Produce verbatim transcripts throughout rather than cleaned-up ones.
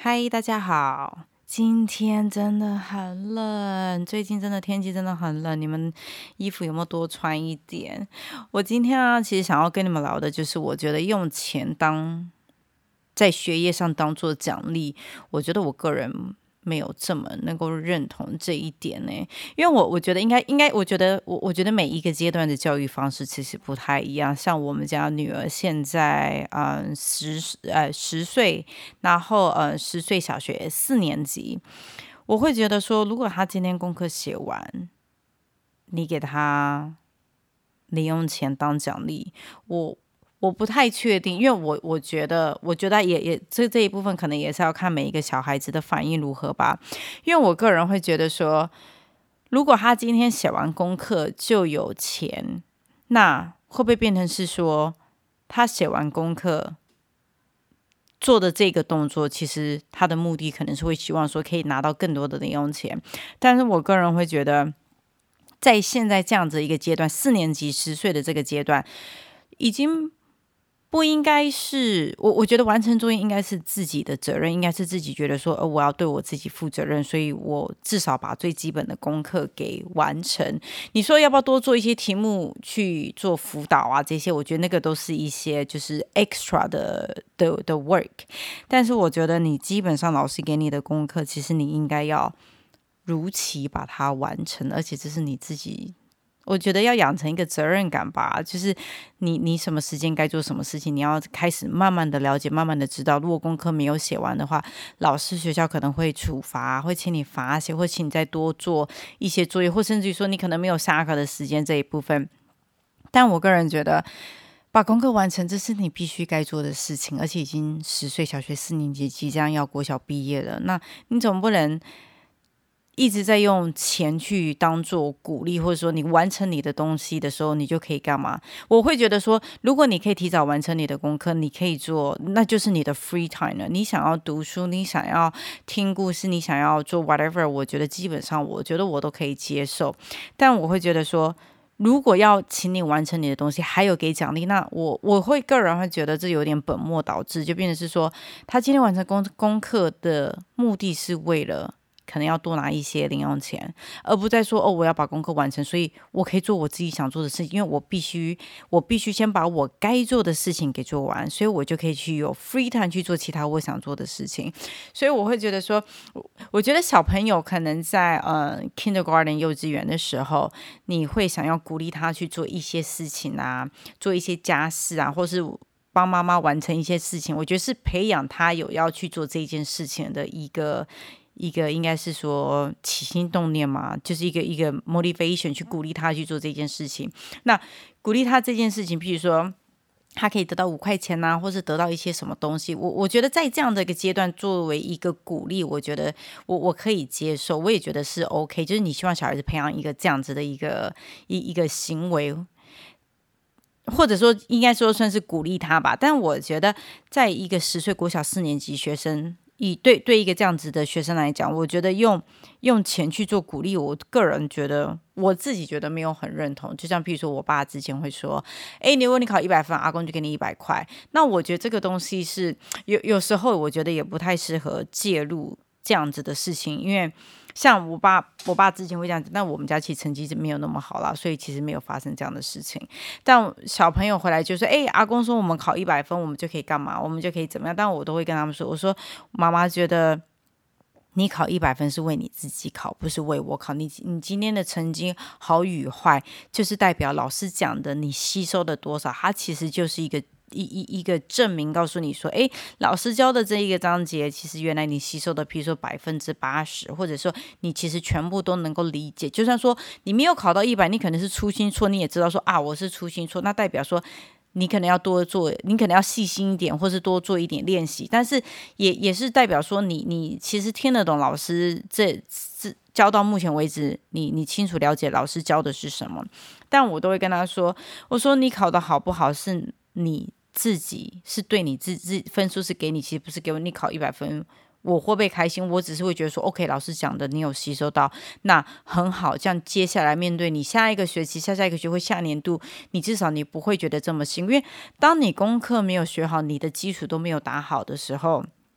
嗨，大家好。今天真的很冷，最近真的天气真的很冷，你们衣服有没有多穿一点？我今天啊，其实想要跟你们聊的就是，我觉得用钱当在学业上当做奖励，我觉得我个人没有这么能够认同这一点呢。因为我我觉得应该应该，我觉得我我觉得每一个阶段的教育方式其实不太一样。像我们家女儿现在嗯十呃十岁，然后呃十岁小学四年级，我会觉得说，如果她今天功课写完，你给她零用钱当奖励，我我不太确定，因为我我觉得，我觉得也也这这一部分可能也是要看每一个小孩子的反应如何吧。因为我个人会觉得说，如果他今天写完功课就有钱，那会不会变成是说，他写完功课做的这个动作，其实他的目的可能是会希望说可以拿到更多的零用钱，但是我个人会觉得，在现在这样子一个阶段，四年级十岁的这个阶段，已经不应该是我，我觉得完成作业应该是自己的责任，应该是自己觉得说，呃，我要对我自己负责任，所以我至少把最基本的功课给完成。你说要不要多做一些题目去做辅导啊？这些我觉得那个都是一些就是 extra 的的的 work，但是我觉得你基本上老师给你的功课，其实你应该要如期把它完成，而且这是你自己。我觉得要养成一个责任感吧，就是你你什么时间该做什么事情，你要开始慢慢的了解，慢慢的知道。如果功课没有写完的话，老师学校可能会处罚，会请你罚写，或请你再多做一些作业，或甚至于说你可能没有下课的时间这一部分。但我个人觉得，把功课完成，这是你必须该做的事情，而且已经十岁，小学四年级，即将要国小毕业了，那你总不能一直在用钱去当做鼓励，或者说你完成你的东西的时候，你就可以干嘛？我会觉得说，如果你可以提早完成你的功课，你可以做，那就是你的 free time 了。你想要读书，你想要听故事，你想要做 whatever，我觉得基本上，我觉得我都可以接受。但我会觉得说，如果要请你完成你的东西，还有给奖励，那我我会个人会觉得这有点本末倒置，就变成是说，他今天完成功功课的目的是为了可能要多拿一些零用钱，而不再说哦，我要把功课完成，所以我可以做我自己想做的事情，因为我必须，我必须先把我该做的事情给做完，所以我就可以去有 free time 去做其他我想做的事情。所以我会觉得说，我觉得小朋友可能在呃 kindergarten 幼稚园的时候，你会想要鼓励他去做一些事情啊，做一些家事啊，或是帮妈妈完成一些事情，我觉得是培养他有要去做这件事情的一个。一个应该是说起心动念嘛，就是一个一个 motivation 去鼓励他去做这件事情。那鼓励他这件事情，譬如说他可以得到五块钱啊，或是得到一些什么东西。我我觉得在这样的一个阶段，作为一个鼓励，我觉得我我可以接受，我也觉得是 OK。就是你希望小孩子培养一个这样子的一个一一个行为。或者说，应该说算是鼓励他吧。但我觉得，在一个十岁国小四年级学生，以对对一个这样子的学生来讲，我觉得用用钱去做鼓励，我个人觉得我自己觉得没有很认同。就像譬如说我爸之前会说，哎，如果你考一百分，阿公就给你一百块。那我觉得这个东西是有有时候我觉得也不太适合介入这样子的事情，因为像我爸，我爸之前会这样子，但我们家其实成绩没有那么好啦，所以其实没有发生这样的事情。但小朋友回来就说：“哎、欸，阿公说我们考一百分，我们就可以干嘛？我们就可以怎么样？”但我都会跟他们说：“我说妈妈觉得你考一百分是为你自己考，不是为我考。你你今天的成绩好与坏，就是代表老师讲的你吸收的多少，它其实就是一个。”一一一个证明告诉你说，哎，老师教的这一个章节，其实原来你吸收的，比如说百分之八十，或者说你其实全部都能够理解。就算说你没有考到一百，你可能是粗心错，你也知道说啊，我是粗心错，那代表说你可能要多做，你可能要细心一点，或是多做一点练习。但是也也是代表说你你其实听得懂老师这这教到目前为止，你你清楚了解老师教的是什么。但我都会跟他说，我说你考的好不好是你自己，是对你自自分数是给你，其实不是给我。你考一百分，我会不会开心？我只是会觉得说 ，OK， 老师讲的你有吸收到，那很好。这样接下来面对你下一个学期、下下一个学会、下年度，你至少你不会觉得这么辛苦。因为当你功课没有学好，你的基础都没有打好的时候，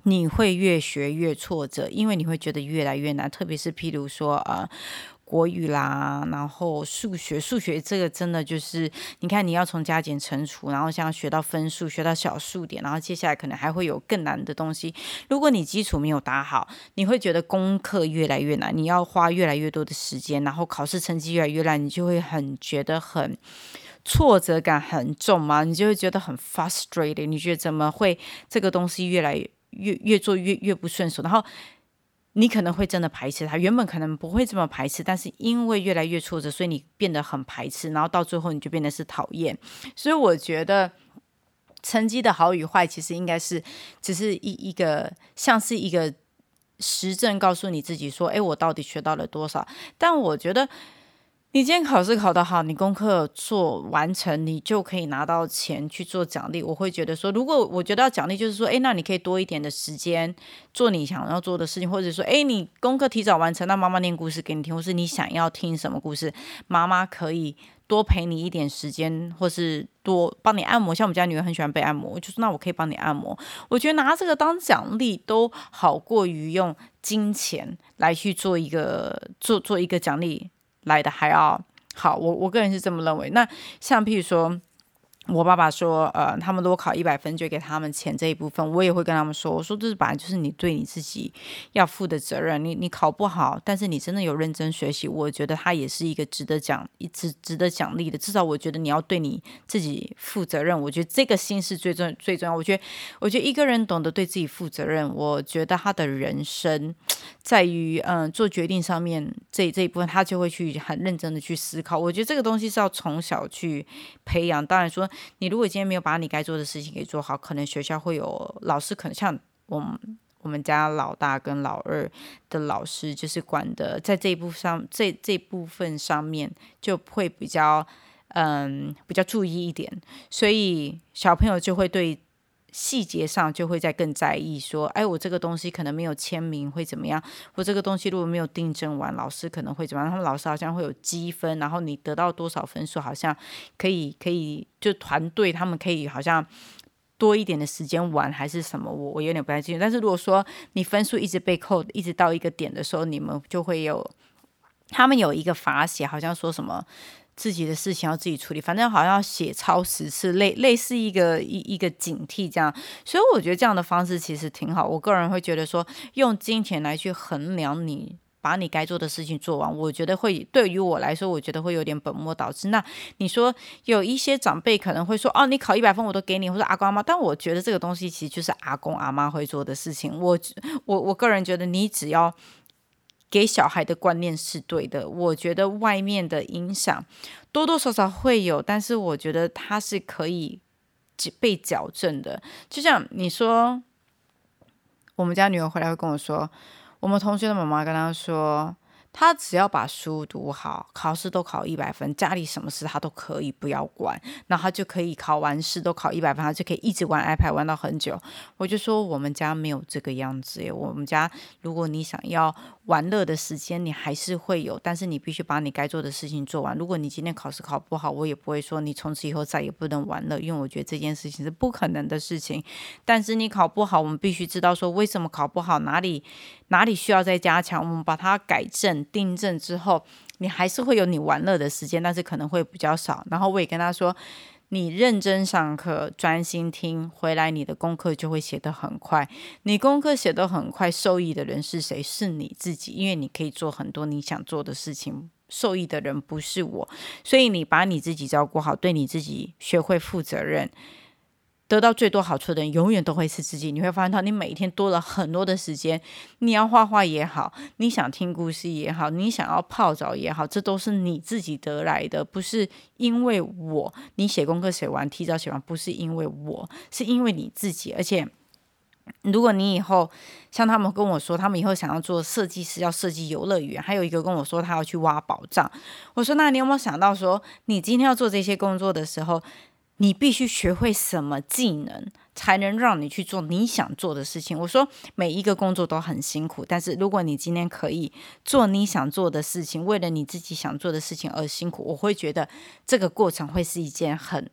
你会越学越挫折，因为你会觉得越来越难，特别是譬如说呃国语啦，然后数学，数学这个真的就是你看你要从加减乘除，然后像学到分数，学到小数点，然后接下来可能还会有更难的东西。如果你基础没有打好，你会觉得功课越来越难，你要花越来越多的时间，然后考试成绩越来越烂，你就会很觉得很挫折感很重嘛，你就会觉得很 frustrated， 你觉得怎么会这个东西越来越越越做越越不顺手，然后你可能会真的排斥它，原本可能不会这么排斥，但是因为越来越挫折，所以你变得很排斥，然后到最后你就变得是讨厌。所以我觉得成绩的好与坏，其实应该是只是一一个像是一个实证，告诉你自己说，哎，我到底学到了多少？但我觉得你今天考试考得好，你功课做完成，你就可以拿到钱去做奖励。我会觉得说，如果我觉得要奖励，就是说，哎，那你可以多一点的时间做你想要做的事情，或者说，哎，你功课提早完成，那妈妈念故事给你听，或是你想要听什么故事，妈妈可以多陪你一点时间，或是多帮你按摩。像我们家女儿很喜欢被按摩，我就说那我可以帮你按摩。我觉得拿这个当奖励都好过于用金钱来去做一个做做一个奖励来的还要好，我我个人是这么认为。那像譬如说我爸爸说，呃，他们如果考一百分，就给他们钱这一部分，我也会跟他们说，我说这本来就是你对你自己要负的责任。你你考不好，但是你真的有认真学习，我觉得它也是一个值得奖、值值得奖励的。至少我觉得你要对你自己负责任，我觉得这个心是最重最重要。我觉得，我觉得一个人懂得对自己负责任，我觉得他的人生在于嗯做决定上面这这一部分，他就会去很认真的去思考。我觉得这个东西是要从小去培养。当然说，你如果今天没有把你该做的事情给做好，可能学校会有老师，可能像我们我们家老大跟老二的老师，就是管的在这一部上这这部分上面就会比较嗯比较注意一点，所以小朋友就会对细节上就会再更在意说，哎，我这个东西可能没有签名会怎么样，我这个东西如果没有订正完，老师可能会怎么样，他们老师好像会有积分，然后你得到多少分数，好像可以可以就团队他们可以好像多一点的时间玩还是什么，我我有点不太清楚。但是如果说你分数一直被扣，一直到一个点的时候，你们就会有他们有一个罚写，好像说什么自己的事情要自己处理，反正好像要写超十次，类类似一个一一个警惕这样。所以我觉得这样的方式其实挺好。我个人会觉得说，用金钱来去衡量你把你该做的事情做完，我觉得会对于我来说，我觉得会有点本末倒置。那你说有一些长辈可能会说，哦，你考一百分我都给你，或者阿公阿妈，但我觉得这个东西其实就是阿公阿妈会做的事情。我我我个人觉得，你只要给小孩的观念是对的，我觉得外面的影响多多少少会有，但是我觉得它是可以被矫正的。就像你说，我们家女儿回来会跟我说，我们同学的妈妈跟她说，她只要把书读好，考试都考一百分，家里什么事她都可以不要管，然后她就可以考完试都考一百分，她就可以一直玩 iPad 玩到很久。我就说我们家没有这个样子耶，我们家如果你想要玩乐的时间你还是会有，但是你必须把你该做的事情做完。如果你今天考试考不好，我也不会说你从此以后再也不能玩乐，因为我觉得这件事情是不可能的事情。但是你考不好，我们必须知道说为什么考不好，哪里哪里需要再加强，我们把它改正订正之后，你还是会有你玩乐的时间，但是可能会比较少。然后我也跟他说，你认真上课，专心听，回来你的功课就会写得很快。你功课写得很快，受益的人是谁？是你自己，因为你可以做很多你想做的事情，受益的人不是我。所以你把你自己照顾好，对你自己学会负责任，得到最多好处的人永远都会是自己。你会发现到你每一天多了很多的时间，你要画画也好，你想听故事也好，你想要泡澡也好，这都是你自己得来的，不是因为我你写功课写完提早写完，不是因为我，是因为你自己。而且如果你以后像他们跟我说他们以后想要做设计师，要设计游乐园，还有一个跟我说他要去挖宝藏，我说那你有没有想到说你今天要做这些工作的时候，你必须学会什么技能才能让你去做你想做的事情。我说每一个工作都很辛苦，但是如果你今天可以做你想做的事情，为了你自己想做的事情而辛苦，我会觉得这个过程会是一件很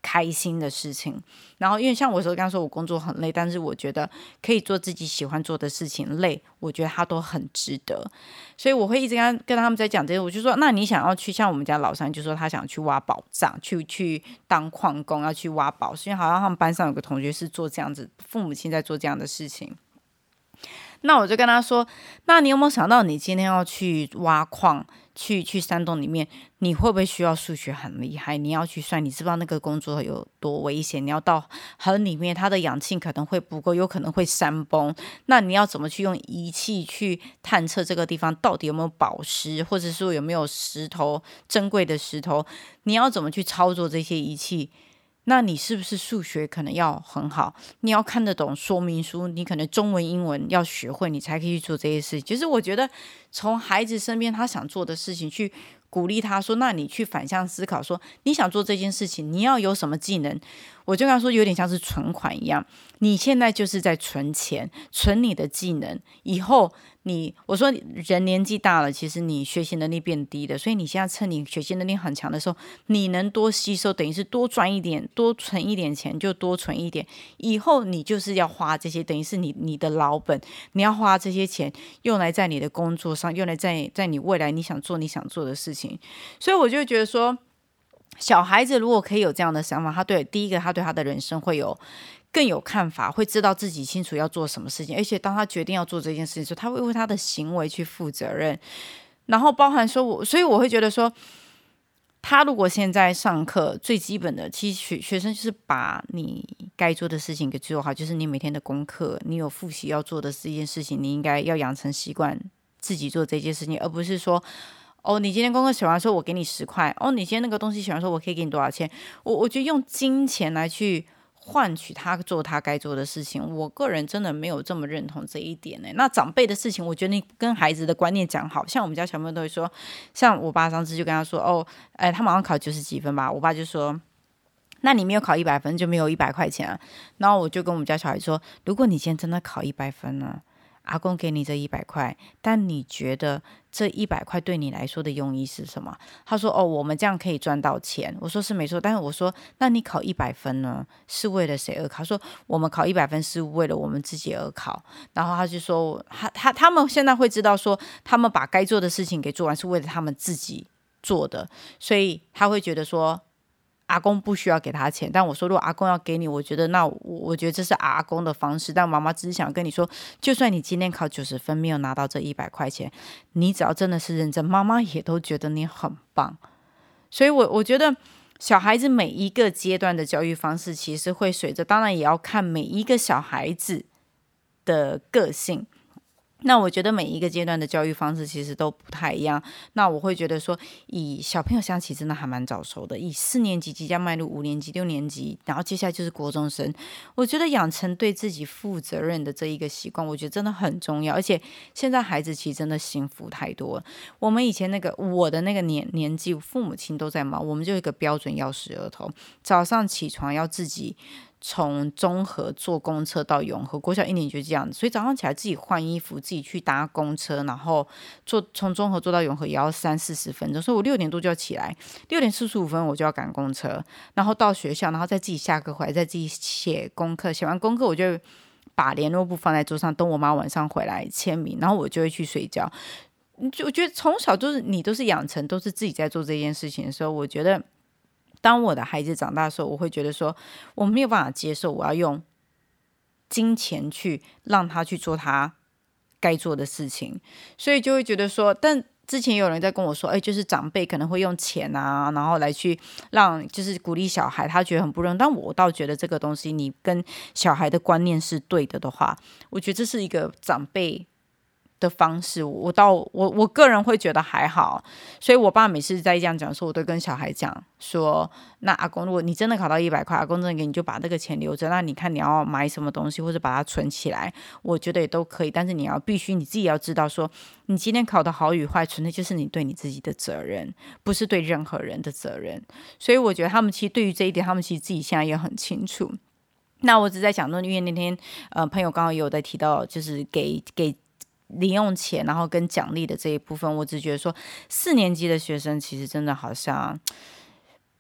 开心的事情。然后因为像我有时候刚说我工作很累，但是我觉得可以做自己喜欢做的事情，累我觉得他都很值得。所以我会一直跟跟他们在讲这些，我就说那你想要去，像我们家老三就说他想去挖宝藏，去去当矿工，要去挖宝，因为好像他们班上有个同学是做这样子，父母亲在做这样的事情。那我就跟他说，那你有没有想到你今天要去挖矿，去去山洞里面，你会不会需要数学很厉害？你要去算，你知不知道那个工作有多危险？你要到很里面，它的氧气可能会不够，有可能会山崩。那你要怎么去用仪器去探测这个地方到底有没有宝石，或者说有没有石头，珍贵的石头？你要怎么去操作这些仪器？那你是不是数学可能要很好？你要看得懂说明书，你可能中文、英文要学会，你才可以去做这些事情。就是我觉得从孩子身边他想做的事情去鼓励他说，那你去反向思考说，你想做这件事情，你要有什么技能？我就跟他说，有点像是存款一样，你现在就是在存钱，存你的技能，以后你我说人年纪大了，其实你学习能力变低的，所以你现在趁你学习能力很强的时候，你能多吸收，等于是多赚一点，多存一点钱就多存一点，以后你就是要花这些，等于是你你的老本，你要花这些钱用来在你的工作上，用来在在你未来你想做你想做的事情。所以我就觉得说，小孩子如果可以有这样的想法，他对第一个他对他的人生会有更有看法，会知道自己清楚要做什么事情，而且当他决定要做这件事情的时候，他会为他的行为去负责任。然后包含说我，所以我会觉得说，他如果现在上课最基本的，其实学学生就是把你该做的事情给做好，就是你每天的功课，你有复习要做的这件事情，你应该要养成习惯自己做这件事情，而不是说哦，你今天功课写完说我给你十块，哦，你今天那个东西写完说我可以给你多少钱？我我觉得用金钱来去换取他做他该做的事情，我个人真的没有这么认同这一点呢。那长辈的事情，我觉得你跟孩子的观念讲好，像我们家小朋友都会说，像我爸上次就跟他说，哦，哎，他马上考九十几分吧，我爸就说，那你没有考一百分就没有一百块钱啊。然后我就跟我们家小孩说，如果你今天真的考一百分呢？阿公给你这一百块，但你觉得这一百块对你来说的用意是什么？他说：“哦，我们这样可以赚到钱。”我说是没错，但是我说，那你考一百分呢？是为了谁而考？他说我们考一百分是为了我们自己而考。然后他就说，他他他们现在会知道说，他们把该做的事情给做完是为了他们自己做的，所以他会觉得说，阿公不需要给他钱，但我说如果阿公要给你，我觉得那我我觉得这是阿公的方式，但妈妈只是想跟你说，就算你今天考九十分没有拿到这一百块钱，你只要真的是认真，妈妈也都觉得你很棒。所以我我觉得小孩子每一个阶段的教育方式其实会随着，当然也要看每一个小孩子的个性。那我觉得每一个阶段的教育方式其实都不太一样。那我会觉得说，以小朋友象棋真的还蛮早熟的，以四年级即将迈入五年级、六年级，然后接下来就是国中生，我觉得养成对自己负责任的这一个习惯，我觉得真的很重要。而且现在孩子其实真的幸福太多了。我们以前那个我的那个年年纪，父母亲都在忙，我们就有一个标准钥匙儿童，早上起床要自己从中和坐公车到永和，国小一年级就这样子，所以早上起来自己换衣服，自己去搭公车，然后坐从中和坐到永和也要三四十分钟，所以我六点多就要起来，六点四十五分我就要赶公车，然后到学校，然后再自己下课回来，再自己写功课，写完功课我就把联络簿放在桌上，等我妈晚上回来签名，然后我就会去睡觉。我觉得从小就是你都是养成，都是自己在做这件事情的时候，我觉得当我的孩子长大的时候，我会觉得说我没有办法接受我要用金钱去让他去做他该做的事情，所以就会觉得说，但之前有人在跟我说，哎，就是长辈可能会用钱啊，然后来去让就是鼓励小孩，他觉得很不认同，但我倒觉得这个东西你跟小孩的观念是对的的话，我觉得这是一个长辈的方式，我到我我个人会觉得还好，所以我爸每次在这样讲的时候，我都跟小孩讲说，那阿公，如果你真的考到一百块，阿公真的给你就把这个钱留着，那你看你要买什么东西或者把它存起来，我觉得也都可以，但是你要必须你自己要知道说，你今天考的好与坏，纯粹就是你对你自己的责任，不是对任何人的责任，所以我觉得他们其实对于这一点，他们其实自己现在也很清楚。那我只在讲说，因为那天呃朋友刚好也有在提到，就是给给零用钱，然后跟奖励的这一部分，我只觉得说，四年级的学生其实真的好像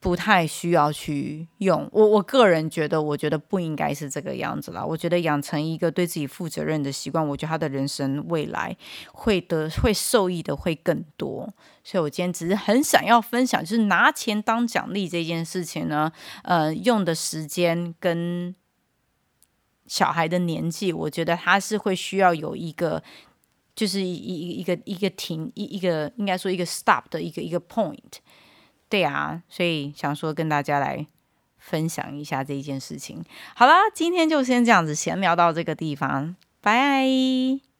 不太需要去用。我我个人觉得，我觉得不应该是这个样子啦。我觉得养成一个对自己负责任的习惯，我觉得他的人生未来会得会受益的会更多。所以我今天只是很想要分享，就是拿钱当奖励这件事情呢，呃，用的时间跟小孩的年纪，我觉得他是会需要有一个。就是一一一个一个停一一个应该说一个 stop 的一个一个 point， 对啊，所以想说跟大家来分享一下这一件事情。好啦，今天就先这样子闲聊到这个地方，拜。